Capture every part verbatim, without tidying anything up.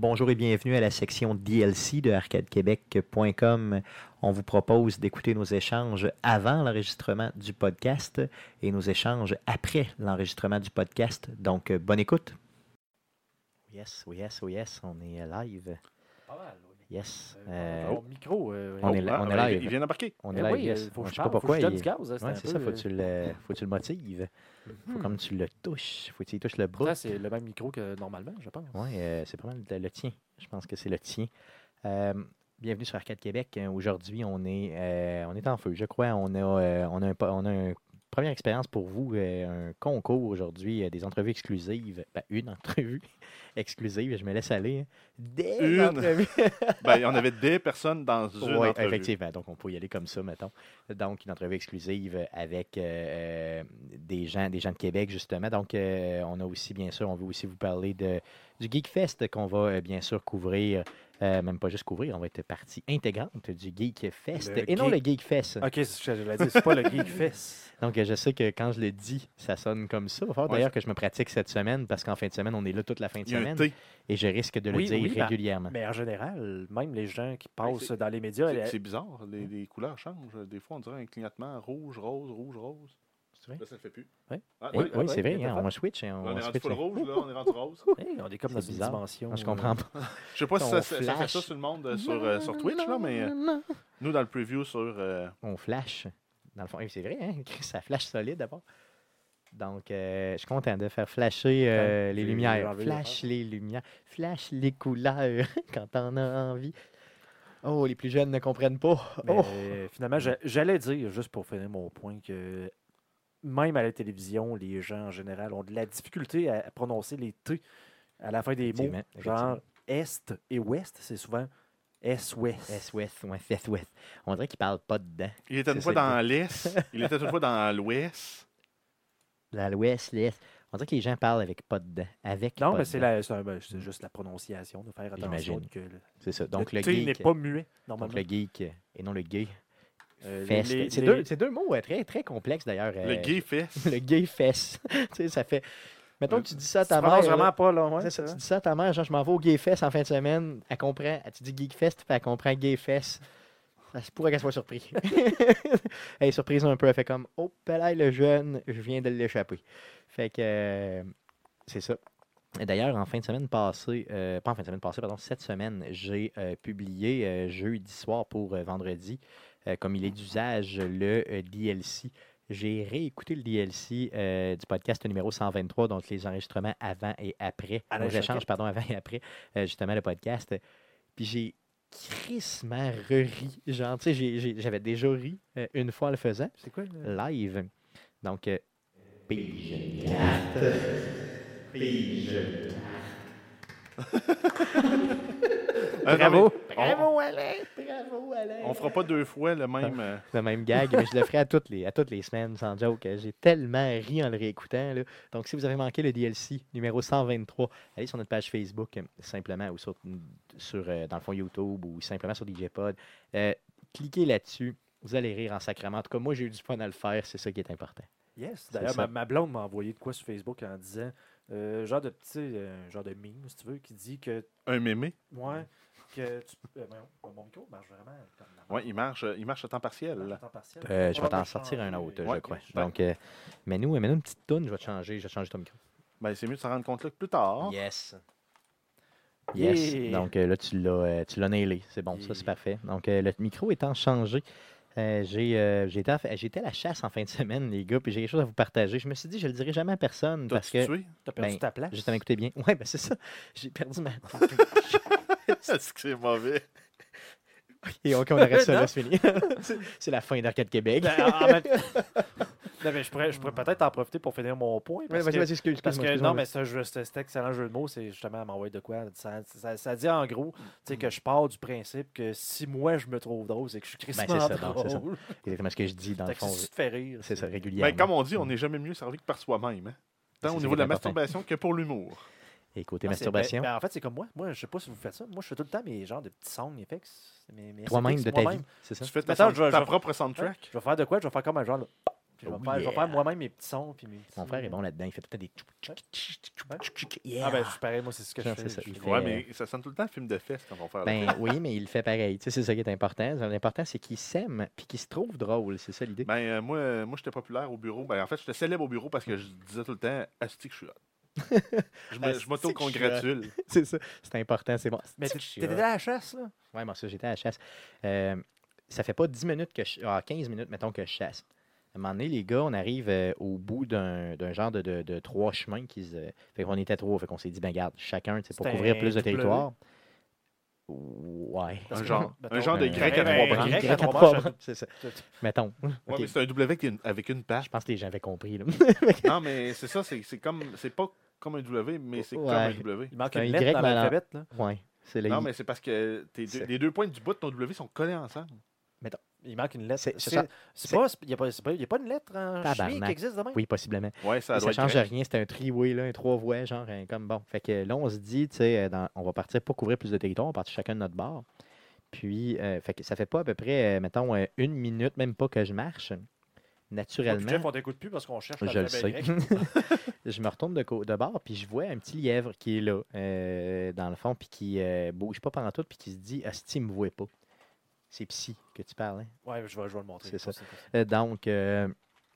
Bonjour et bienvenue à la section D L C de arcade québec point com. On vous propose d'écouter nos échanges avant l'enregistrement du podcast et nos échanges après l'enregistrement du podcast. Donc, euh, bonne écoute. Yes, oui, yes, oui, yes, on est live. Pas mal, oui. Yes. Euh, Euh, Mon micro. Euh, on, oh, est, Ah, on est ben, live. Il vient d'embarquer. On eh est live, oui, yes. euh, faut Je que je sais pas parle, pourquoi. faut que je donne il- du gaz. Hein, Ouais, un c'est peu, ça, faut que euh, tu le, faut que tu le motives. Faut hmm. comme tu le touches. Faut que tu y touches le bras. Ça, c'est le même micro que normalement, je pense. Oui, euh, c'est pas mal le, le tien. Je pense que c'est le tien. Euh, bienvenue sur Arcade Québec. Euh, Aujourd'hui, on est, euh, on est en feu. Je crois on a, euh, on a, un, po- on a une première expérience pour vous, euh, un concours aujourd'hui, euh, des entrevues exclusives. Ben, une entrevue exclusive, je me laisse aller. hein. Des Une. entrevues. Ben, on avait des personnes dans une Oui, entrevue. effectivement. Donc, on peut y aller comme ça, mettons. Donc, une entrevue exclusive avec euh, euh, des gens, des gens de Québec, justement. Donc, euh, on a aussi, bien sûr, on veut aussi vous parler de, du Geek Fest qu'on va, euh, bien sûr, couvrir. Euh, même pas juste couvrir, on va être partie intégrante du Geek Fest. Le et non Geek- le Geek Fest. Ok, c'est ce que je l'ai dit, c'est pas le Geek Fest. Donc, euh, je sais que quand je le dis, ça sonne comme ça. Il va falloir Ouais, d'ailleurs que je me pratique cette semaine parce qu'en fin de semaine, on est là toute la fin de Il y a un semaine. T. Et je risque de le Oui, dire oui, ben, régulièrement. Mais en général, même les gens qui Ouais, passent c'est- dans les médias, C'est elle- c'est bizarre, les, les couleurs changent. Des fois, on dirait un clignotement rouge, rose, rouge, rose. C'est vrai? Là, ça le fait plus. Oui. Ah, Oui, ouais, oui, ouais, c'est vrai. il y a hein, pas on switch. hein, Là, On, on est rendu switch, full hein. rouge, là, on est rendu rose. hey, on est comme dans C'est une bizarre. dimension. Moi, je euh, comprends pas. Je sais pas si On ça, ça- ça fait flash. ça sur le monde euh, sur, euh, sur Twitch, là, mais euh, nous, dans le preview sur... euh, On flash. Dans le fond, Eh, c'est vrai, hein? Ça flash solide d'abord. Donc, euh, je suis content de faire flasher euh, Ouais, les j'ai lumières. enlevé Flash les lumières. Flash les couleurs quand on a envie. Oh, les plus jeunes ne comprennent pas. Mais Oh! finalement, j'a- j'allais dire, juste pour finir mon point, que même à la télévision, les gens en général ont de la difficulté à pronnoncer les T à la fin des mots. Effectivement, Genre Est et Ouest, c'est souvent Est-Ouest. S-Ouest, ouais, Fest-Ouest. On dirait qu'ils parlent pas dedans. il était une C'est fois ça, dans l'Est, il était une fois dans l'Ouest. Là, l'Ouest, l'Est. On dirait que les gens parlent avec pas dedans. Avec Non, pas mais c'est dedans. la- c'est un- ben, c'est juste la prononciation, de faire attention J'imagine. que le, C'est ça. Donc, le le, T n'est geek. pas muet, Donc, normalement. le geek euh, et non le gay. Euh, Fest. les- C'est les- deux, c'est deux mots euh, très, très complexes d'ailleurs. Le euh, gay fest. Le gay fest. Tu sais, ça fait. Mettons que tu dis ça à Tu ta mère. prononces là, vraiment pas long, c'est ouais, ça, ça. tu dis ça à ta mère, genre je m'en vais au Gay Fest en fin de semaine. Elle comprend. Tu dis Geek Fest, puis elle comprend Gay Fest. Ça se pourrait qu'elle soit surprise. Elle est surprise un peu. Elle fait comme oh, là, le jeune, je viens de l'échapper. Fait que euh, c'est ça. Et d'ailleurs, en fin de semaine passée, euh, pas en fin de semaine passée, pardon, cette semaine, j'ai euh, publié euh, jeudi soir pour euh, vendredi, euh, comme il est d'usage, le euh, D L C. J'ai réécouté le D L C euh, du podcast numéro cent vingt-trois, donc les enregistrements avant et après, À la nos échanges, jaquette. pardon, avant et après, euh, justement, le podcast. Puis j'ai crissement re-ri. Genre, tu sais, j'ai- j'ai- j'avais déjà ri euh, une fois en le faisant, C'est quoi? le- live. Donc, euh, pige quatre. Pige Ah, non, Bravo! mais on, Bravo, Alain! Bravo, Alain! on fera pas deux fois le même... euh, Le même gag, mais je le ferai à toutes les, à toutes les semaines, sans joke. J'ai tellement ri en le réécoutant. Là. Donc, si vous avez manqué le D L C numéro cent vingt-trois, allez sur notre page Facebook, euh, simplement, ou sur, sur euh, dans le fond, YouTube, ou simplement sur D J Pod. Euh, cliquez là-dessus. Vous allez rire en sacrement. En tout cas, moi, j'ai eu du fun à le faire. C'est ça qui est important. Yes. C'est D'ailleurs, ça. ma, ma blonde m'a envoyé de quoi sur Facebook en disant, euh, genre de petit, euh, genre de meme, si tu veux, qui dit que, un mémé. ouais, que tu, euh, voyons, mon micro marche vraiment comme la Oui, il marche, euh, il marche à temps partiel. marche là. à temps partiel. Euh, je vais On va t'en sortir un changer. autre, je Ouais, crois. super. Donc, euh, mais nous, mais nous, une petite toune, je vais te changer. Je vais te changer ton micro. Ben, c'est mieux de s'en rendre compte là que plus tard. Yes. Yes. Yeah. Donc euh, là, tu l'as, euh, tu l'as nailé. C'est bon, ça, Yeah. c'est parfait. Donc, euh, le micro étant changé, euh, j'ai, euh, j'ai, été à, j'ai été à la chasse en fin de semaine, les gars, puis j'ai quelque chose à vous partager. Je me suis dit, je le dirai jamais à personne parce T'as-tu que. tué? T'as perdu Ben, ta place. Justement, écoutez bien. Ouais, ben c'est ça. J'ai perdu ma. Est-ce que c'est mauvais? Et ok, on arrête ça, Non. là, c'est fini. c'est, c'est la fin d'Arcade Québec. Ben, en même- Non, mais je pourrais, je pourrais peut-être en profiter pour finir mon point. Ouais, Parce vas-y, que, vas-y, excuse, parce excuse-moi, que excuse-moi. non, mais c'est un jeu- c'est- cet excellent jeu de mots, c'est justement à m'envoyer de quoi. Ça, ça, ça dit en gros tu sais, que je pars du principe que si moi je me trouve drôle, c'est que je suis crissement Ben, c'est ça, non, drôle. c'est ça. C'est exactement ce que je dis, dans le Fait que fond. si tu te fais rire. C'est ça, régulièrement. Ben, comme on dit, on n'est jamais mieux servi que par soi-même. Hein? Tant C'est au ça niveau qui de est la important. masturbation que pour l'humour. Et côté Ah, c'est- masturbation, ben, ben, en fait, c'est comme moi. Moi, je sais pas si vous faites ça. Moi, je fais tout le temps mes genres de petits sons, mes effects. Mes, mes toi-même S F X, de ta moi-même. vie, c'est ça? Tu fais ta, Mettons, sound- je vais- ta je vais- propre Ouais, soundtrack. je vais faire de quoi? Je vais faire comme un genre de... Puis je vais Oh faire, je vais yeah. faire moi-même mes petits sons. Puis mes petits... Mon frère est bon là-dedans. Il fait tout le temps des... Yeah. Ah ben, je suis pareil, moi, c'est ce que Non, je c'est fais. ça, Je il fais- fait- Ouais, mais ça sonne tout le temps film de fesses quand on fait la Ben fête. oui, mais il le fait pareil. Tu sais, c'est ça qui est important. L'important, c'est qu'il s'aime puis qu'il se trouve drôle. C'est ça l'idée. Ben, euh, moi, euh, moi j'étais populaire au bureau. Ben, en fait, j'étais célèbre au bureau parce que je disais tout le temps Asti que je suis hot. Je me- Asti je que m'auto-congratule. C'est ça. C'est important. C'est bon. Mais C'est t'es- que je suis t'étais hot. à la chasse, là? Ouais, moi, ça, j'étais à la chasse. Euh, ça fait pas dix minutes que je. Ah, quinze minutes, mettons, que je chasse. À un moment donné, les gars, on arrive euh, au bout d'un d'un genre de, de, de trois chemins. Qui se... Fait qu'on était trois. Fait qu'on s'est dit, ben, garde, chacun, tu sais, pour C'était couvrir un plus de W. territoire. Ouais. Parce Un que, genre, mettons, un genre de euh, grec à ben, trois ben, branches. grec Grec à à trois trois branches, branches, c'est ça. tout- Mettons. Ouais, Ok. mais c'est un W avec une, avec une patte. Je pense que les gens avaient compris. Là. Non, mais c'est ça, c'est c'est comme. C'est pas comme un W, mais c'est Ouais. comme un W. Il manque C'est une un lettre Y, dans mais en- l'alphabet, là. Ouais. C'est le Non, I. mais c'est parce que tes deux- C'est- les deux points du bout de ton W sont collés ensemble. Il manque une lettre. C'est- c'est C'est ça. c'est C'est- pas, il n'y a, pas- c'est pas- il y a pas une lettre en chimie Tabarnak. qui existe demain? Oui, possiblement. Ouais, ça Ça doit ne être change grec. rien, c'est un three-way, là, un trois voies, genre, un- comme bon. Fait que là, on se dit, tu sais, euh, dans- on va partir pour couvrir plus de territoire, on va partir chacun de notre bord. Puis, euh, fait que ça fait pas à peu près, euh, mettons, euh, une minute, même pas que je marche. Moi, puis Naturellement, Jeff, on t'écoute plus parce qu'on cherche je le sais. l'alphabet grec. Je me retourne de, co- de bord, puis je vois un petit lièvre qui est là, euh, dans le fond, puis qui euh, bouge pas pendant tout, puis qui se dit, Asti, il me voit pas. C'est psy que tu parles, hein? Ouais, je vais, je vais le montrer. C'est ça. Continue, continue. Euh, donc, euh,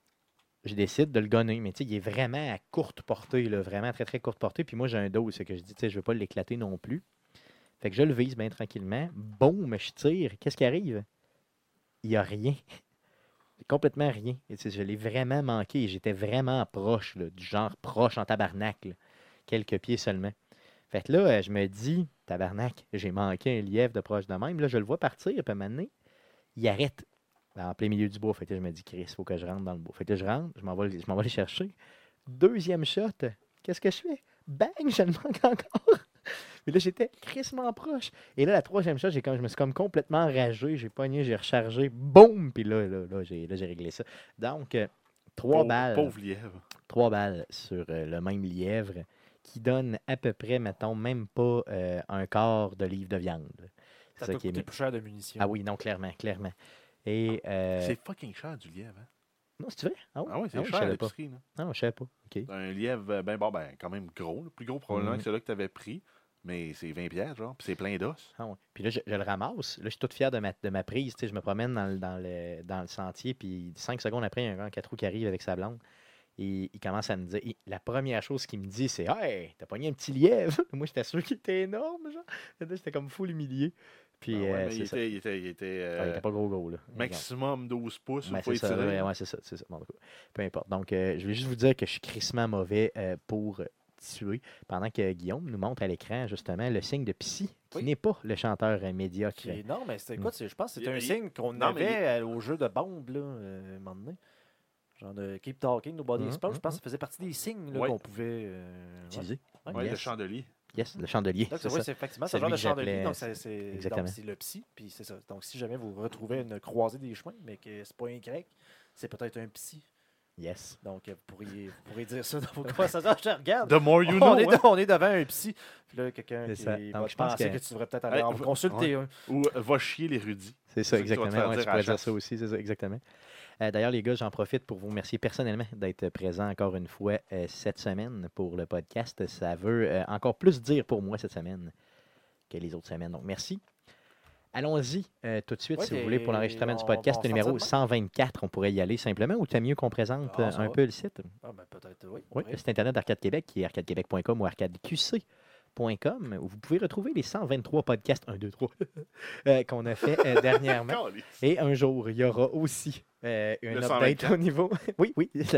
je décide de le gonner. Mais tu sais, il est vraiment à courte portée, là, vraiment très, très courte portée. Puis moi, j'ai un dos, c'est que je dis, tu sais, je ne veux pas l'éclater non plus. Fait que je le vise bien tranquillement. Boum, je tire. Qu'est-ce qui arrive? Il n'y a rien. Complètement rien. Et, tu sais, je l'ai vraiment manqué. et J'étais vraiment proche, là, du genre proche en tabarnak. là. Quelques pieds seulement. Fait que là, euh, je me dis, tabarnak, j'ai manqué un lièvre de proche de même. Là, je le vois partir, puis à un moment donné, il arrête en plein milieu du bois. Fait que là, je me dis, Chris, il faut que je rentre dans le bois. Fait que là, je rentre, je m'en vais, je m'en vais aller chercher. Deuxième shot, qu'est-ce que je fais? Bang, je le manque encore. Mais là, j'étais crissement proche. Et là, la troisième shot, j'ai comme, je me suis comme complètement enragé. J'ai pogné, j'ai rechargé. Boum! Puis là, là, là, j'ai, là, j'ai réglé ça. Donc, euh, trois Pauvre, balles. pauvre lièvre. Trois balles sur euh, le même lièvre qui donne à peu près, mettons, même pas euh, un quart de livre de viande. C'est Ça ça t'a qui est coûté mis. plus cher de munitions. Ah oui, non, clairement, clairement. Et. euh, C'est fucking cher du lièvre. Hein? Non, c'est vrai? Ah oui, Ah oui, c'est Ah oui, je cher à savais pas. l'épicerie. là. Ah non, je savais pas. OK. Un lièvre, euh, ben bon, ben quand même gros. là. Plus gros probablement Mhm. que celui que tu avais pris. Mais c'est vingt piastres, genre. Puis c'est plein d'os. Ah ouais. Puis là, je, je le ramasse. Là, je suis tout fier de ma, de ma prise. Tu sais, je me promène dans le, dans le, dans le sentier. Puis cinq secondes après, il y a un gars en quatre roues qui arrive avec sa blonde. Et il commence à me dire. il- la première chose qu'il me dit, c'est Hey, t'as pogné un petit lièvre. Moi, j'étais sûr qu'il était énorme. Genre. Là, j'étais comme full humilié. Puis Ben ouais, euh, mais c'est il, ça. était, il était, il était, Ah, il euh, était pas gros, gros. Là. maximum douze pouces. Ben, Il faut c'est ça, étirer. ouais, ouais, c'est ça, c'est ça. Bon, peu importe. Donc, euh, je voulais juste vous dire que je suis crissement mauvais euh, pour tuer, pendant que Guillaume nous montre à l'écran, justement, le signe de Psy, qui Oui. n'est pas le chanteur euh, médiocre. Qui est- Non, mais c'était quoi? c'est- Je pense que Il- c'était un il- signe qu'on non, mais avait euh, au jeu de bombe, là, euh, un moment donné. Genre de Keep Talking, Nobody Mhm, Explodes. Je pense mhm. que ça faisait partie des signes là, Ouais. qu'on pouvait. euh, ouais. Utilisé. Ouais. Ouais, le Yes. chandelier. Yes, le chandelier. Donc, c'est c'est, ouais, ça. c'est effectivement C'est ce genre lui de que chandelier. j'appelais- Donc, c'est, c'est, Exactement. donc, c'est le psy. Puis c'est ça. Donc, si jamais vous retrouvez une croisée des chemins, mais que c'est pas un grec, c'est peut-être un psy. Yes. Donc, euh, vous pourriez, vous pourriez dire ça dans vos conversations. Je te regarde. The more you know. on, est, hein. on est devant un psy. Puis là, quelqu'un C'est qui ça. va Donc, je te pense penser que- que... tu devrais peut-être aller Hey, en va- consulter un. Ou euh, va chier l'érudit. C'est ça, C'est ça qui va te exactement. faire Ouais, dire tu à pourrais la dire chasse. ça aussi, c'est ça, exactement. Euh, D'ailleurs, les gars, j'en profite pour vous remercier personnellement d'être présents encore une fois euh, cette semaine pour le podcast. Ça veut euh, encore plus dire pour moi cette semaine que les autres semaines. Donc, merci. Allons-y euh, tout de suite, Ouais, si vous et voulez, pour l'enregistrement du on- podcast on start numéro ça cent vingt-quatre. On pourrait y aller simplement, ou t'as mieux qu'on présente Ah, euh, ça un va. peu le site? Ah, ben peut-être, oui. Oui, Oui. le site internet d'Arcade Québec, qui est arcade québec point com ou arcade q c point com, où vous pouvez retrouver les cent vingt-trois podcasts, un, deux, trois, euh, qu'on a fait euh, dernièrement. Caliste. Et un jour, il y aura aussi euh, un Le update cent vingt-quatre. au niveau. Oui, oui. il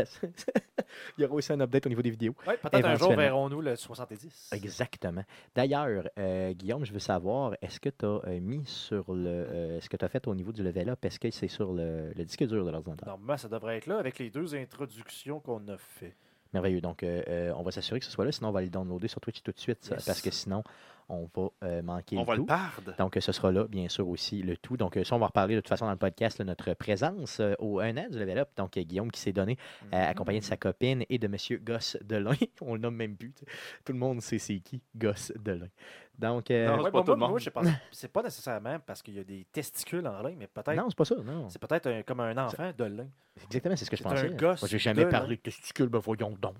y aura aussi un update au niveau des vidéos. Ouais, peut-être un jour Éventuellement. verrons-nous le soixante-dix. Exactement. D'ailleurs, euh, Guillaume, je veux savoir, est-ce que tu as mis sur le. euh, ce que tu as fait au niveau du level up, est-ce que c'est sur le, le disque dur de l'ordinateur? Normalement, ça devrait être là avec les deux introductions qu'on a fait. Merveilleux. Donc, euh, euh, on va s'assurer que ce soit là, sinon on va le downloader sur Twitch tout de suite, ça, Yes. parce que sinon, on va euh, manquer On le va tout. le perdre. Donc, ce sera là, bien sûr, aussi le tout. Donc, ça, on va reparler de toute façon dans le podcast, là, notre présence euh, au un an du Level Up. Donc, euh, Guillaume qui s'est donné, euh, accompagné de sa copine et de Monsieur Gosse Delin. On le nomme même plus. tu sais. Tout le monde sait c'est qui, Gosse Delin. Donc, euh, Non, non, c'est pas tout le monde. Moi, je pense c'est pas nécessairement parce qu'il y a des testicules en lin, mais peut-être. c'est pas ça, non. C'est peut-être un- comme un enfant de lin. Exactement, c'est ce que je C'est pensais. un gosse Moi, j'ai jamais de parlé lin. de testicules, ben voyons donc.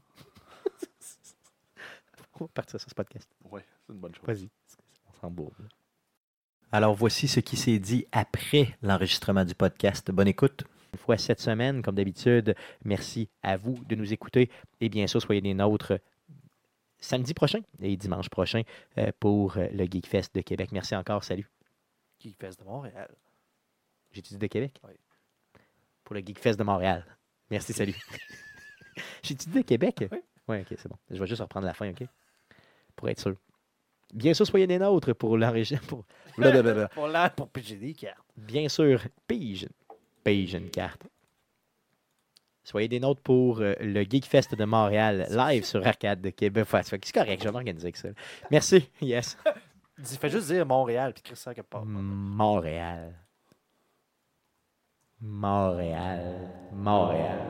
On va partir sur ce podcast. Oui, c'est une bonne chose. Vas-y, on s'embourbe. Alors, voici ce qui s'est dit après l'enregistrement du podcast. Bonne écoute. Une fois cette semaine, comme d'habitude, merci à vous de nous écouter. Et bien sûr, soyez des nôtres samedi prochain et dimanche prochain euh, pour euh, le Geekfest de Québec. Merci encore. Salut. Geekfest de Montréal. J'ai-tu dit de Québec? Oui. Pour le Geekfest de Montréal. Merci, salut. J'ai-tu dit de Québec? Oui. Oui, ok, c'est bon. Je vais juste reprendre la fin, ok? Pour être sûr. Bien sûr, soyez des nôtres pour l'enregistrement. Pour... Blablabla. Pour là, pour piger des cartes. Bien sûr, pige, pige une carte. Soyez des nôtres pour euh, le Geekfest de Montréal, live sur Arcade de Québec. Enfin, c'est correct, je vais m'organiser avec ça. Merci, yes. Dis, fais juste dire Montréal, puis Christian quelque part. Montréal. Montréal. Montréal.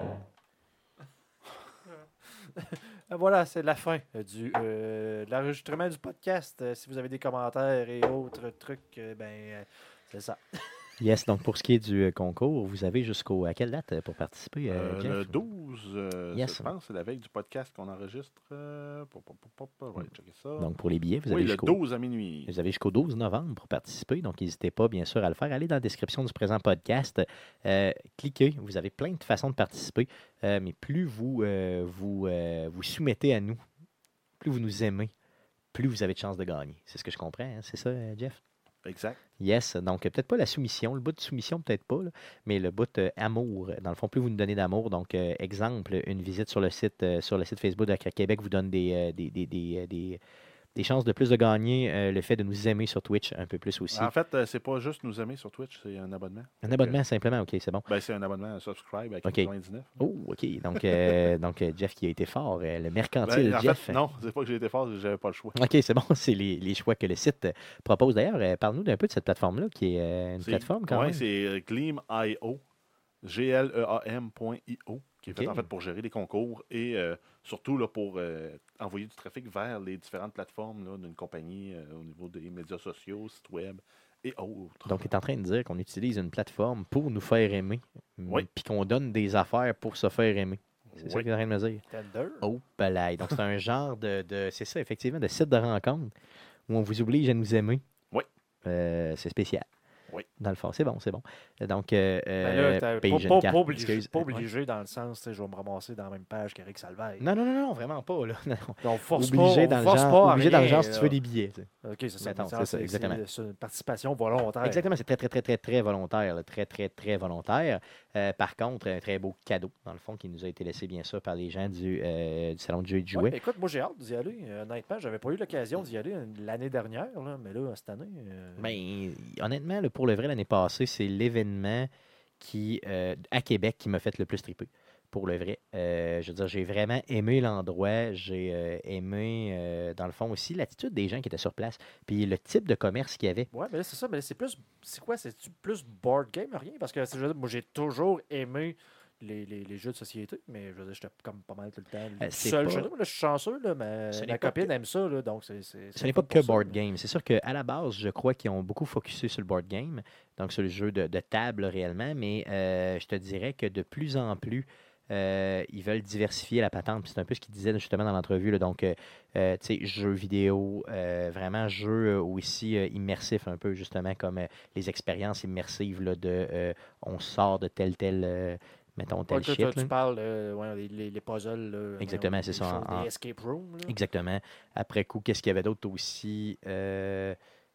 Voilà, c'est la fin euh, du, euh, de l'enregistrement du podcast. Euh, si vous avez des commentaires et autres trucs, euh, ben, euh, c'est ça. Yes, donc pour ce qui est du euh, concours, vous avez jusqu'au à quelle date euh, pour participer, euh, Euh, Jeff? le douze, euh, Yes. je pense, c'est la veille du podcast qu'on enregistre. Euh, pop, pop, pop, pop, on va aller checker ça. Donc pour les billets, vous oui, avez le jusqu'au douze à minuit. Vous avez jusqu'au douze novembre pour participer, donc n'hésitez pas, bien sûr, à le faire. Allez dans la description du présent podcast, euh, cliquez, vous avez plein de façons de participer, euh, mais plus vous euh, vous, euh, vous soumettez à nous, plus vous nous aimez, plus vous avez de chances de gagner. C'est ce que je comprends, hein? C'est ça, euh, Jeff? Exact. Yes, donc euh, peut-être pas la soumission, le bout de soumission, peut-être pas, là, mais le bout euh, amour. Dans le fond, plus vous nous donnez d'amour, donc euh, exemple, une visite sur le site euh, sur le site Facebook de Québec vous donne des, euh, des, des, des, euh, des, des chances de plus de gagner, euh, le fait de nous aimer sur Twitch un peu plus aussi. En fait, euh, c'est pas juste nous aimer sur Twitch, c'est un abonnement. Un abonnement simplement, ok, c'est bon. Ben, c'est un abonnement à subscribe à Ok. quatre-vingt-dix-neuf. Oh, ok, donc, euh, donc euh, Jeff qui a été fort, euh, le mercantile Ben, en Jeff. fait, non, c'est pas que j'ai été fort, j'avais pas le choix. Ok, c'est bon, c'est les, les choix que le site euh, propose. D'ailleurs, euh, parle-nous d'un peu de cette plateforme-là, qui est euh, une C'est- plateforme quand ouais, même. c'est euh, Gleam point i o, G L E A M point I O, qui est fait Ok. en fait pour gérer les concours et euh, surtout là, pour euh, envoyer du trafic vers les différentes plateformes là, d'une compagnie euh, au niveau des médias sociaux, sites web et autres. Donc, tu es en train de dire qu'on utilise une plateforme pour nous faire aimer, Oui. puis qu'on donne des affaires pour se faire aimer. C'est ça Oui. que tu es en train de me dire. Tender. Oh, palais. Donc, c'est un genre de, de- c'est ça, effectivement, de site de rencontre où on vous oblige à nous aimer. Oui. Euh, c'est spécial. Oui. Dans le fond, c'est bon, c'est bon. Donc, euh, Ben euh, là, t'as- paye, pas, j'ai pas- une pas carte, obligé, excuse. pas Ouais. obligé dans le sens, tu sais, je vais me ramasser dans la même page qu'Eric Salvaille. Non, non, non, non, vraiment pas. Là. Non. On force Obligé pas, dans on le force genre, pas à obligé dans le rien, genre si tu là. veux des billets. tu sais. OK, c'est ça. Mettons, Ça, c'est ça, exactement. C'est c'est une participation volontaire. Exactement, c'est très, très, très, très, très volontaire. là. Très, très, très volontaire. Euh, par contre, un très beau cadeau, dans le fond, qui nous a été laissé, bien sûr, par les gens du, euh, du Salon de jeu et de Ouais, jouets. ben écoute, moi j'ai hâte d'y aller. Euh, honnêtement, j'avais pas eu l'occasion d'y aller euh, l'année dernière, là, mais là, cette année. euh, Ben, honnêtement, là, pour le vrai, l'année passée, c'est l'événement qui, euh, à Québec qui m'a fait le plus triper. Pour le vrai. Euh, je veux dire, j'ai vraiment aimé l'endroit. J'ai euh, aimé, euh, dans le fond aussi, l'attitude des gens qui étaient sur place. Puis le type de commerce qu'il y avait. Ouais, mais là, c'est ça. Mais là, c'est plus. C'est quoi? C'est plus board game, rien? Parce que je veux dire, moi, j'ai toujours aimé les, les, les jeux de société, mais je veux dire, j'étais comme pas mal tout le temps Euh, tout c'est seul pas- chez nous. Là, je suis chanceux, là, mais Ce n'est ma pas copine que- aime ça, là, donc c'est. c'est- Ce c'est n'est fun pas pour que ça, board là. game. C'est sûr qu'à la base, je crois qu'ils ont beaucoup focusé sur le board game, donc sur le jeu de, de table réellement, mais euh, je te dirais que de plus en plus, euh, ils veulent diversifier la patente. Puis c'est un peu ce qu'ils disaient justement dans l'entrevue. là. Donc, euh, euh, tu sais, jeux vidéo, euh, vraiment jeux euh, aussi euh, immersifs, un peu justement comme euh, les expériences immersives là, de euh, on sort de tel, tel, euh, mettons, tel Ouais, toi, shit. toi, tu là. parles, euh, ouais, les, les, les puzzles. Là, Exactement, ouais, c'est les ça, choses, en- en- Des escape rooms. Là. Exactement. Après coup, qu'est-ce qu'il y avait d'autre aussi? Euh,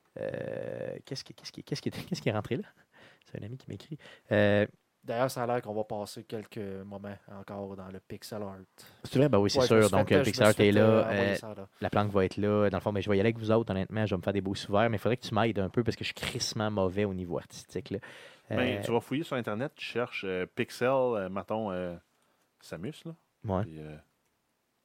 euh, qu'est-ce qui, qu'est-ce qui, qu'est-ce qui, qu'est-ce qui est rentré là? C'est un ami qui m'écrit. Euh, D'ailleurs, ça a l'air qu'on va passer quelques moments encore dans le pixel art. c'est vrai? Ben oui, c'est Ouais, je me sûr. suis Donc, fait- euh, je me Pixar, suis fait, t'es là. euh, envoyer euh, ça, là. la planque va être là. Dans le fond, mais je vais y aller avec vous autres, honnêtement. Je vais me faire des beaux souverains, mais il faudrait que tu m'aides un peu parce que je suis crissement mauvais au niveau artistique. Là. Ben, Euh, tu vas fouiller sur Internet, tu cherches euh, Pixel, euh, mettons, euh, Samus, là. ouais. Puis, euh,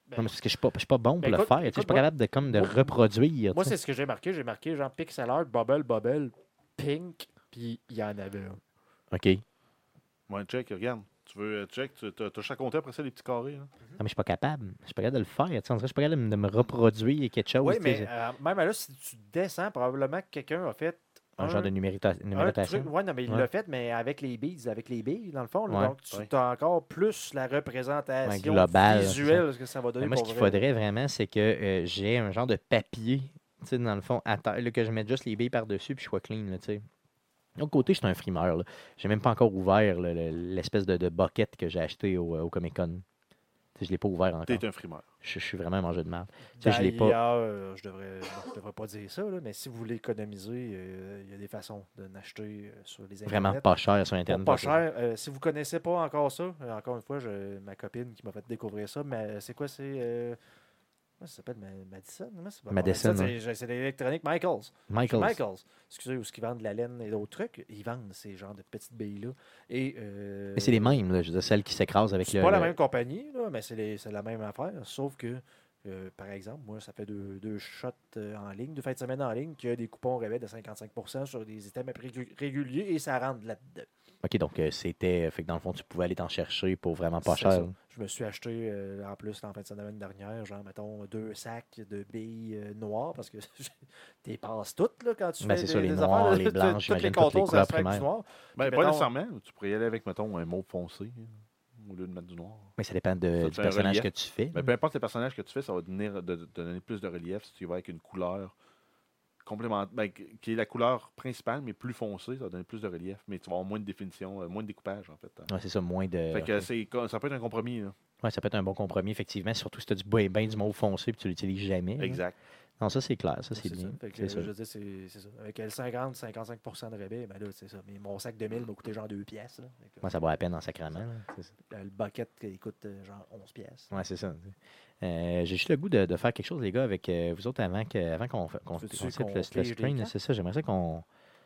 Non, mais c'est parce que je suis pas, je suis pas bon pour Ben, le écoute- faire. tu sais, Je suis écoute, pas moi- capable de, comme, de moi- reproduire. Moi, tu sais. c'est ce que j'ai marqué. J'ai marqué genre pixel art, bubble, bubble, pink, puis il y en avait un. OK. Non, Ouais, check, regarde. Tu veux euh, check, tu as chaque compté après ça, les petits carrés. Là. mais je suis pas capable. Je suis pas capable de le faire. tu sais. On dirait que je suis pas capable de me reproduire quelque chose. Oui, tu sais. mais euh, même là, si tu descends, probablement que quelqu'un a fait Un genre de numérita- un numérotation. truc. Ouais, non, mais il Ouais. l'a fait, mais avec les beads, avec les billes, dans le fond. là. Ouais. Donc, tu Ouais. as encore plus la représentation Ouais, globale, visuelle que ça va Mais donner moi, ce pour qu'il vrai. faudrait vraiment, c'est que euh, j'ai un genre de papier, tu sais, dans le fond, à terre, là, que je mette juste les billes par-dessus, puis je sois clean, là, tu sais. De l'autre côté, je suis un frimeur, là. J'ai même pas encore ouvert là, le- l'espèce de, de bucket que j'ai acheté au, au Comic-Con. Tu sais, je l'ai pas ouvert encore. T'es un frimeur. Je, je suis vraiment un mangeur de merde. Tu sais, je l'ai pas. D'ailleurs, je devrais, bon, je devrais pas dire ça, là, mais si vous voulez économiser, euh, il y a des façons de l'acheter euh, sur les Vraiment internets. pas cher sur Pour Internet. pas cher. Euh, si vous connaissez pas encore ça, euh, encore une fois, je- ma copine qui m'a fait découvrir ça, mais c'est quoi, c'est... Euh, comment ça s'appelle? Ma- Madison? Comment c'est pas- Madison, c'est- ouais. c'est c'est l'électronique Michaels. Michaels. Michaels. Excusez, où ils vendent de la laine et d'autres trucs. Ils vendent ces genres de petites billes-là. Et, euh, Mais c'est les mêmes, là. Je veux dire, celles qui s'écrasent avec c'est le. pas la le- même compagnie, là, mais c'est les- c'est la même affaire. Sauf que, euh, par exemple, moi, ça fait deux, deux shots euh, en ligne, deux fins de semaine en ligne, qu'il y a des coupons rabais de cinquante-cinq pour cent sur des items régu- réguliers et ça rentre là-dedans. OK, donc euh, c'était. Fait que dans le fond, tu pouvais aller t'en chercher pour vraiment pas C'est cher. ça. là. Je me suis acheté, euh, en plus, en fin de semaine dernière, genre, mettons, deux sacs de billes euh, noires, parce que t'es passes toutes, là, quand tu Ben, fais c'est des, ça, les des noirs, affaires, les là, blanches, toutes j'imagine, les toutes les contours, ça couleurs se fait avec du primaires. noir. Ben, Puis, pas mettons- nécessairement. Tu pourrais y aller avec, mettons, un mauve foncé hein, au lieu de mettre du noir. Mais ça dépend de- Ça, du c'est un personnage relief. que tu fais. Ben, peu importe le personnage que tu fais, ça va donner, de, de donner plus de relief si tu y vas avec une couleur complémentaire, ben, qui est la couleur principale, mais plus foncée, ça va donner plus de relief. Mais tu vas avoir moins de définition, euh, moins de découpage, en fait. Ouais, c'est ça, moins de. Fait que ok. c'est, ça peut être un compromis. Là. Ouais, ça peut être un bon compromis, effectivement, surtout si tu as du bien, bien du mauve foncé et tu l'utilises jamais. là. Exact. Non, ça, c'est clair, ça, c'est C'est bien. ça. Fait que, C'est euh, ça. je veux dire, c'est c'est ça. Avec le cinquante à cinquante-cinq pour cent de rabais, ben là, c'est ça. Mais mon sac de mille m'a coûté genre deux pièces. Là. Fait que, Moi, ça vaut la peine en sacrament. là. C'est ça. euh, le bucket, il coûte euh, genre onze pièces. Ouais, c'est ça. Euh, J'ai juste le goût de, de faire quelque chose, les gars, avec euh, vous autres avant que- avant qu'on fa- qu'on Veux-tu qu'on set qu'on le, le pige des screen. là, cartes? C'est ça, j'aimerais ça qu'on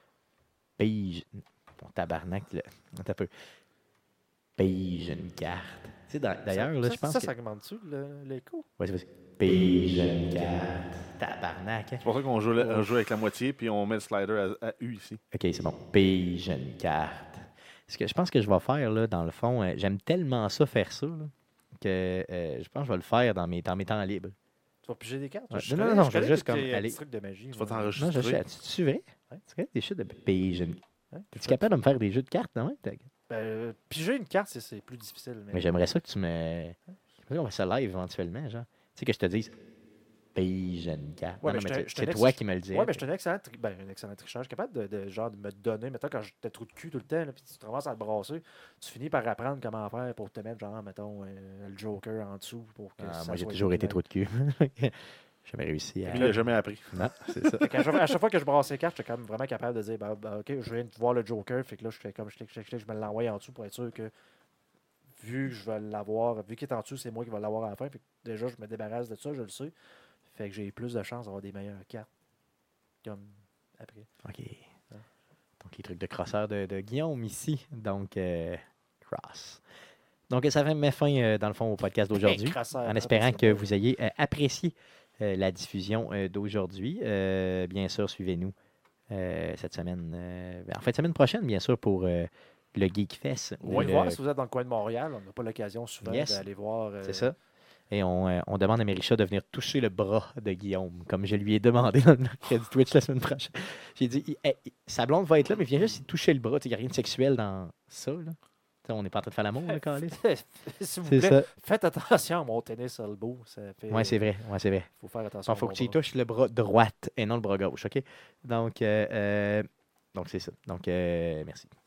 pige. Mon tabarnak, le... Attends un peu. Pige une carte. Tu sais, d'a- d'ailleurs, là, Ça- je pense Ça, que. ça augmente-tu le- l'écho? Ouais, vas-y. Pige une carte. Tabarnak. hein. C'est pour ça qu'on joue, on joue avec la moitié, puis on met le slider à, à U ici. OK, c'est bon. Pige une carte. Ce que je pense que je vais faire, là, dans le fond, euh, j'aime tellement ça, faire ça, là, que euh, je pense que je vais le faire dans mes, dans mes temps libres. Tu vas piger des cartes? Ouais. Je Non, non, connais- non, je je vais connais juste des comme petits, euh, aller- petits trucs de magie. Tu vas moi. Non, je t'enregistrer. sais. Tu tu vrai? Ouais. Tu connais des jeux de pige une... Ouais, Es-tu capable de me faire des jeux de cartes, non? Ben, euh, piger une carte, c'est- c'est plus difficile. Mais, Mais j'aimerais ça que tu me. On va faire ça live éventuellement, genre. Tu sais, que je te dise. Pige une carte. Ouais, Non, mais non, je mais te- c'est je te c'est laisse- toi qui me le dis. Ouais, mais je suis un excellent, tri- ben, un excellent tricheur. Je suis capable de, de, genre, de me donner. Mettons, quand j'étais trop de cul tout le temps, là, puis tu te commences à te brasser, tu finis par apprendre comment faire pour te mettre, genre, mettons, euh, le Joker en dessous. Pour que Ah, ça moi, j'ai soit toujours été équilibré. trop de cul. J'ai jamais réussi à. Lui, il n'a jamais appris. Non, c'est ça. Fait qu'à chaque, à chaque fois que je brasse les cartes, j'étais quand même vraiment capable de dire, ben, ben, OK, je viens de voir le Joker, fait que là, je fais comme je clique, je clique, je clique, je me l'envoie en dessous pour être sûr que, vu que je vais l'avoir, vu qu'il est en dessous, c'est moi qui vais l'avoir à la fin. Fait que déjà, je me débarrasse de ça, je le sais. Fait que j'ai plus de chances d'avoir des meilleures cartes. Comme après. OK. Donc, les trucs de crosseur de, de Guillaume ici. Donc, euh, cross. Donc, ça fait met fin, euh, dans le fond, au podcast d'aujourd'hui. Hey, crasseur, En espérant que attention. vous ayez euh, apprécié euh, la diffusion euh, d'aujourd'hui. Euh, bien sûr, suivez-nous euh, cette semaine. euh, en fin de semaine prochaine, bien sûr, pour euh, le Geek Fest. On va Le- le voir si vous êtes dans le coin de Montréal. On n'a pas l'occasion souvent Yes. d'aller voir. euh, C'est ça. Et on, euh, on demande à Mérisha de venir toucher le bras de Guillaume, comme je lui ai demandé dans le mercredi Twitch la semaine prochaine. J'ai dit, il- il- sa blonde va être là, mais viens juste y toucher le bras. Il n'y a rien de sexuel dans ça. Là. T'sais, on n'est pas en train de faire l'amour, là, Carlis. S'il vous C'est plaît, ça. faites attention à mon tennis elbow. Ça fait, Oui, c'est vrai. Ouais, c'est vrai. faut faire attention. Il faut à que mon tu y bras. touches le bras droite et non le bras gauche. OK? Donc, euh, euh, donc c'est ça. Donc, euh, merci.